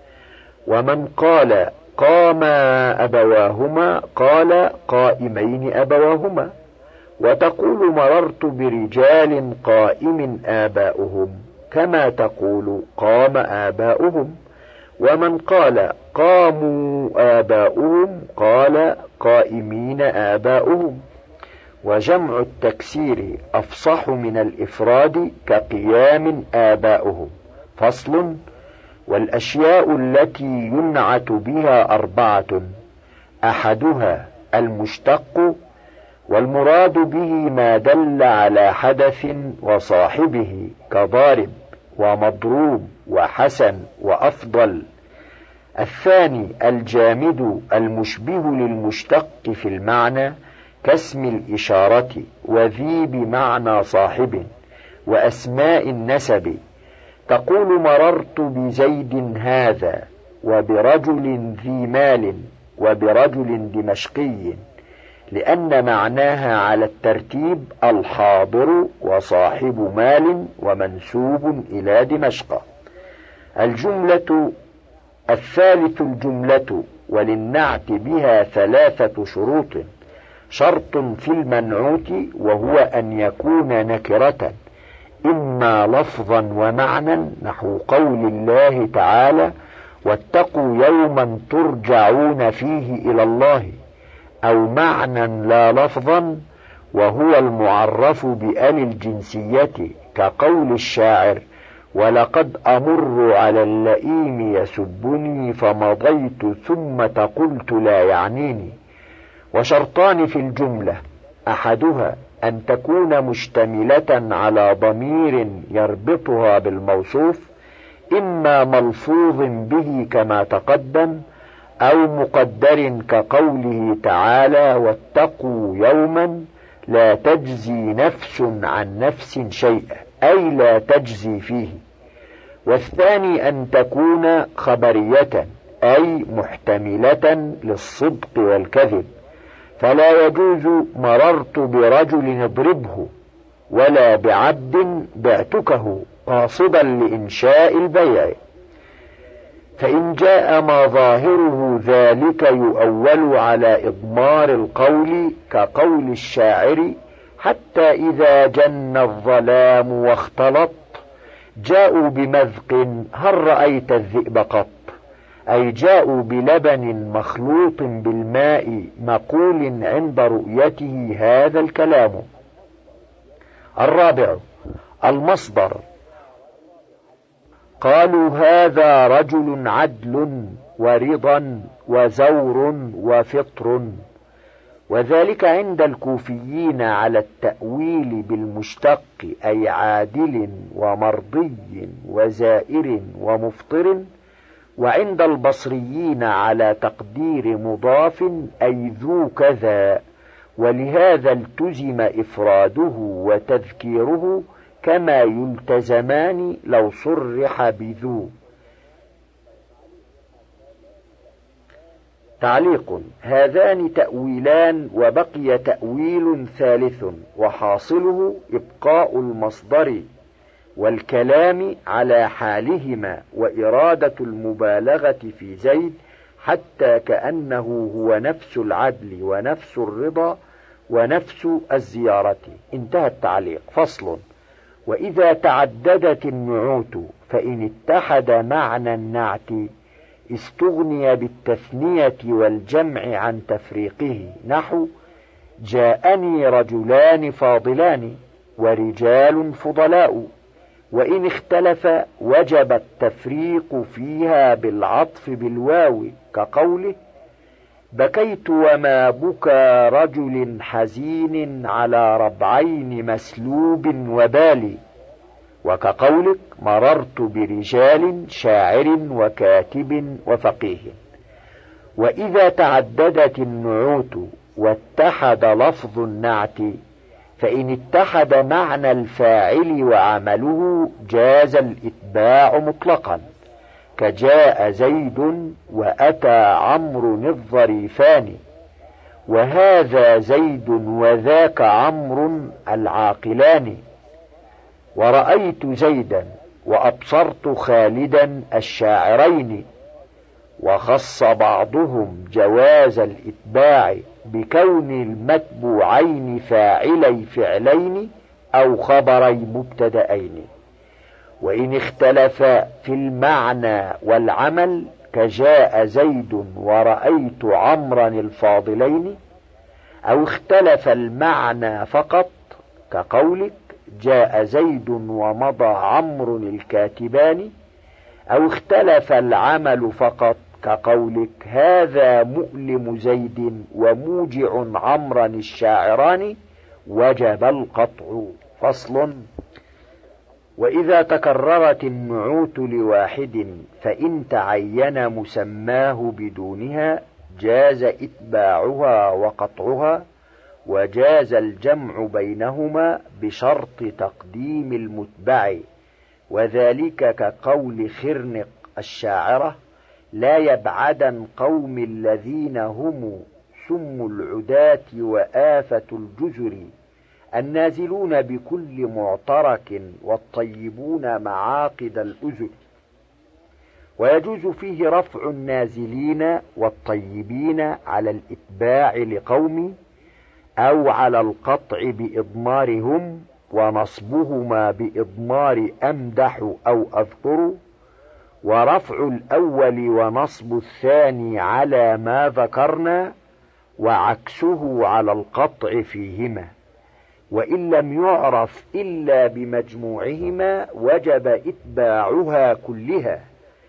ومن قال قام أبواهما قال قائمين أبواهما. وتقول مررت برجال قائم آباؤهم، كما تقول قام آباؤهم. ومن قال قاموا آباؤهم قال قائمين آباؤهم. وجمع التكسير أفصح من الإفراد كقيام آباؤهم. فصل: والأشياء التي ينعت بها أربعة: أحدها المشتق، والمراد به ما دل على حدث وصاحبه كضارب ومضروب وحسن وأفضل. الثاني الجامد المشبه للمشتق في المعنى كاسم الإشارة وذي بمعنى صاحب وأسماء النسب. تقول مررت بزيد هذا، وبرجل ذي مال، وبرجل دمشقي، لأن معناها على الترتيب الحاضر وصاحب مال ومنسوب إلى دمشق. الجملة الثالث الجملة، وللنعت بها ثلاثة شروط: شرط في المنعوت وهو أن يكون نكرة، إما لفظا ومعنى، نحو قول الله تعالى: واتقوا يوما ترجعون فيه إلى الله، أو معنى لا لفظا وهو المعرف بأل الجنسية، كقول الشاعر: ولقد أمر على اللئيم يسبني فمضيت ثم قلت لا يعنيني. وشرطان في الجملة: أحدها أن تكون مشتملة على ضمير يربطها بالموصوف، إما ملفوظ به كما تقدم، أو مقدر كقوله تعالى: واتقوا يوما لا تجزي نفس عن نفس شيئا، أي لا تجزي فيه. والثاني أن تكون خبرية، أي محتملة للصدق والكذب، فلا يجوز مررت برجل اضربه، ولا بعبد بعتكه، قاصدا لإنشاء البيع. فإن جاء ما ظاهره ذلك يؤول على إضمار القول، كقول الشاعر: حتى إذا جن الظلام واختلط جاءوا بمذق هل رأيت الذئب قط، أي جاءوا بلبن مخلوط بالماء مقول عند رؤيته هذا الكلام. الرابع المصدر. قالوا هذا رجل عدل ورضا وزور وفطر، وذلك عند الكوفيين على التأويل بالمشتق، أي عادل ومرضي وزائر ومفطر، وعند البصريين على تقدير مضاف، أي ذو كذا، ولهذا التزم إفراده وتذكيره كما يلتزمان لو صرح بذو. تعليق: هذان تأويلان، وبقي تأويل ثالث، وحاصله إبقاء المصدر والكلام على حالهما، وإرادة المبالغة في زيد حتى كأنه هو نفس العدل ونفس الرضا ونفس الزيارة. انتهى التعليق. فصل: وإذا تعددت النعوت فإن اتحد معنى النعت استغني بالتثنية والجمع عن تفريقه، نحو: جاءني رجلان فاضلان ورجال فضلاء. وإن اختلف وجب التفريق فيها بالعطف بالواو، كقوله بكيت وما بكى رجل حزين على ربعين مسلوب وبالي، وكقولك مررت برجال شاعر وكاتب وفقيه. وإذا تعددت النعوت واتحد لفظ النعت، فإن اتحد معنى الفاعل وعمله جاز الإتباع مطلقا، كجاء زيد وأتى عمرو الظريفان، وهذا زيد وذاك عمرو العاقلان، ورأيت زيدا وأبصرت خالدا الشاعرين. وخص بعضهم جواز الإتباع بكون المتبوعين فاعلي فعلين أو خبري مبتدأين. وإن اختلفا في المعنى والعمل، كجاء زيد ورأيت عمرا الفاضلين، أو اختلف المعنى فقط، كقولك جاء زيد ومضى عمرو الكاتبان، أو اختلف العمل فقط، كقولك هذا مؤلم زيد وموجع عمرا الشاعران، وجب القطع. فصل. وإذا تكررت النعوت لواحد فإن تعين مسماه بدونها جاز إتباعها وقطعها، وجاز الجمع بينهما بشرط تقديم المتبع، وذلك كقول خرنق الشاعرة لا يبعدن قوم الذين هم سم العداة وآفة الجزر، النازلون بكل معترك والطيبون معاقد الأزر. ويجوز فيه رفع النازلين والطيبين على الإتباع لقوم، أو على القطع بإضمارهم، ونصبهما بإضمار أمدح أو أذكر، ورفع الأول ونصب الثاني على ما ذكرنا، وعكسه على القطع فيهما. وإن لم يعرف إلا بمجموعهما وجب إتباعها كلها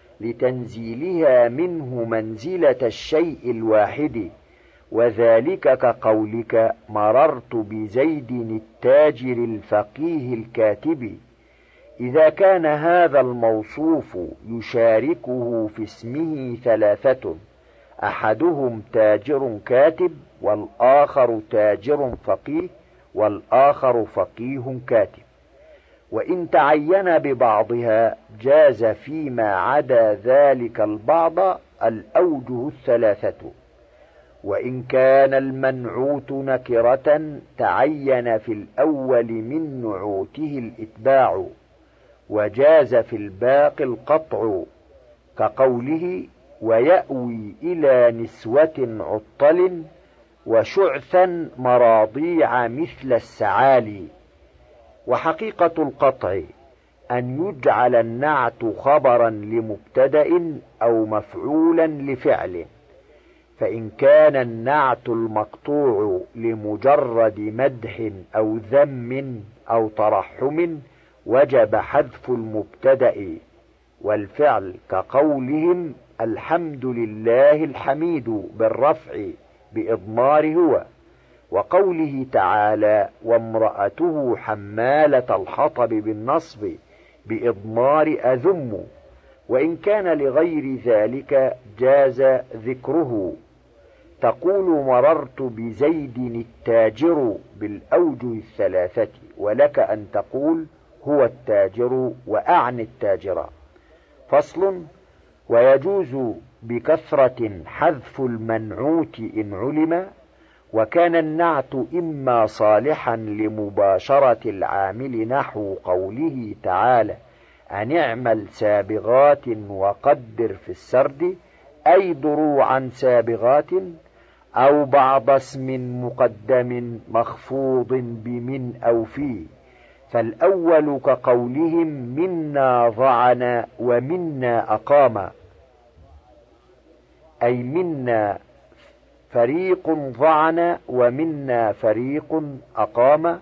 لتنزيلها منه منزلة الشيء الواحد، وذلك كقولك مررت بزيد التاجر الفقيه الكاتب، إذا كان هذا الموصوف يشاركه في اسمه ثلاثة، أحدهم تاجر كاتب، والآخر تاجر فقيه، والآخر فقيه كاتب. وإن تعين ببعضها جاز فيما عدا ذلك البعض الأوجه الثلاثة. وإن كان المنعوت نكرة تعين في الأول من نعوته الإتباع، وجاز في الباقي القطع، كقوله ويأوي إلى نسوة عطل وشعثا مراضيع مثل السعالي. وحقيقة القطع أن يجعل النعت خبرا لمبتدأ أو مفعولا لفعل، فإن كان النعت المقطوع لمجرد مدح أو ذم أو ترحم وجب حذف المبتدأ والفعل، كقولهم الحمد لله الحميد بالرفع بإضمار هو، وقوله تعالى وامرأته حمالة الحطب بالنصب بإضمار أذم. وإن كان لغير ذلك جاز ذكره، تقول مررت بزيد التاجر بالأوجه الثلاثة، ولك أن تقول هو التاجر وأعني التاجر. فصل. ويجوز بكثرة حذف المنعوت إن علم، وكان النعت إما صالحا لمباشرة العامل نحو قوله تعالى أن اعمل سابغات وقدر في السرد، أي دروعا سابغات، أو بعض اسم مقدم مخفوض بمن أو في، فالأول كقولهم منا ضعن ومنا أقام، أي منا فريق ضعن ومنا فريق أقام.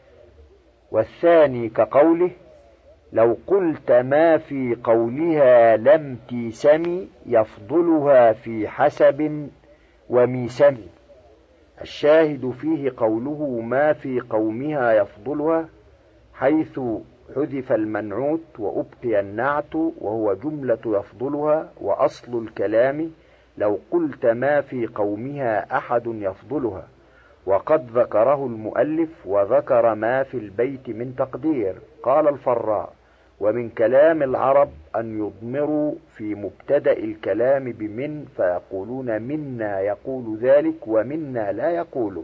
والثاني كقوله لو قلت ما في قولها لم تيسم يفضلها في حسب وميسم. الشاهد فيه قوله ما في قومها يفضلها، حيث حذف المنعوت وأبقي النعت وهو جملة يفضلها. وأصل الكلام لو قلت ما في قومها أحد يفضلها، وقد ذكره المؤلف وذكر ما في البيت من تقدير. قال الفراء ومن كلام العرب أن يضمروا في مبتدأ الكلام بمن فيقولون منا يقول ذلك ومنا لا يقوله،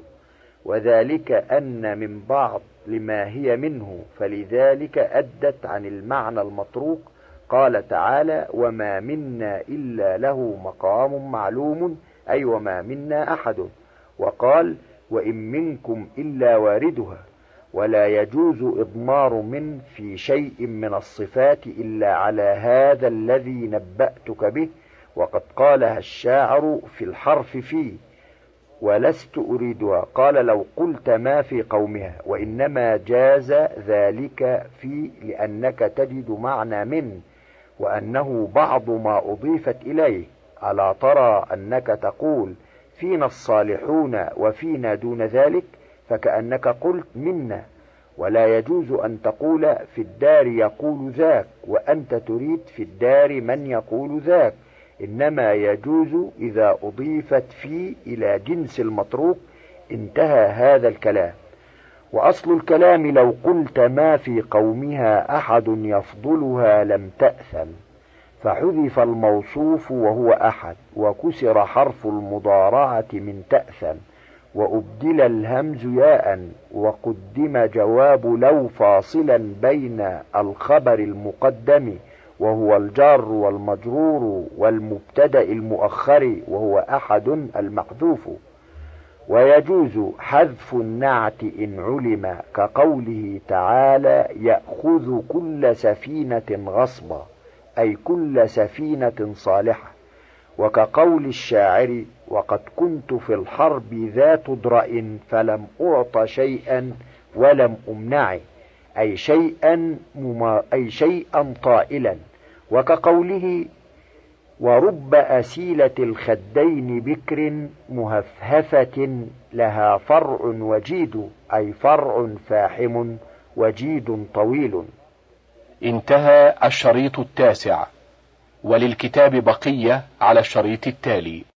وذلك أن من بعض لما هي منه، فلذلك أدت عن المعنى المطروق. قال تعالى وما منا إلا له مقام معلوم، أي وما منا أحد. وقال وإن منكم إلا واردها. ولا يجوز إضمار من في شيء من الصفات إلا على هذا الذي نبأتك به، وقد قالها الشاعر في الحرف فيه ولست أريدها. قال لو قلت ما في قومها، وإنما جاز ذلك في لأنك تجد معنى من، وأنه بعض ما أضيفت إليه. ألا ترى أنك تقول فينا الصالحون وفينا دون ذلك، فكأنك قلت منا. ولا يجوز أن تقول في الدار يقول ذاك وأنت تريد في الدار من يقول ذاك، إنما يجوز إذا أضيفت في إلى جنس المطروق. انتهى هذا الكلام. وأصل الكلام لو قلت ما في قومها أحد يفضلها لم تأثم، فحذف الموصوف وهو أحد، وكسر حرف المضارعة من تأثم، وأبدل الهمز ياء، وقدم جواب لو فاصلا بين الخبر المقدم وهو الجار والمجرور والمبتدأ المؤخر وهو أحد المحذوف. ويجوز حذف النعت إن علم، كقوله تعالى يأخذ كل سفينة غصبا، أي كل سفينة صالحة. وكقول الشاعر وقد كنت في الحرب ذات درأ فلم أعط شيئا ولم أمنع، أي شيئا, مما أي شيئا طائلا. وكقوله ورب أسيلة الخدين بكر مهفهفة لها فرع وجيد، أي فرع فاحم وجيد طويل. انتهى الشريط التاسع، وللكتاب بقية على الشريط التالي.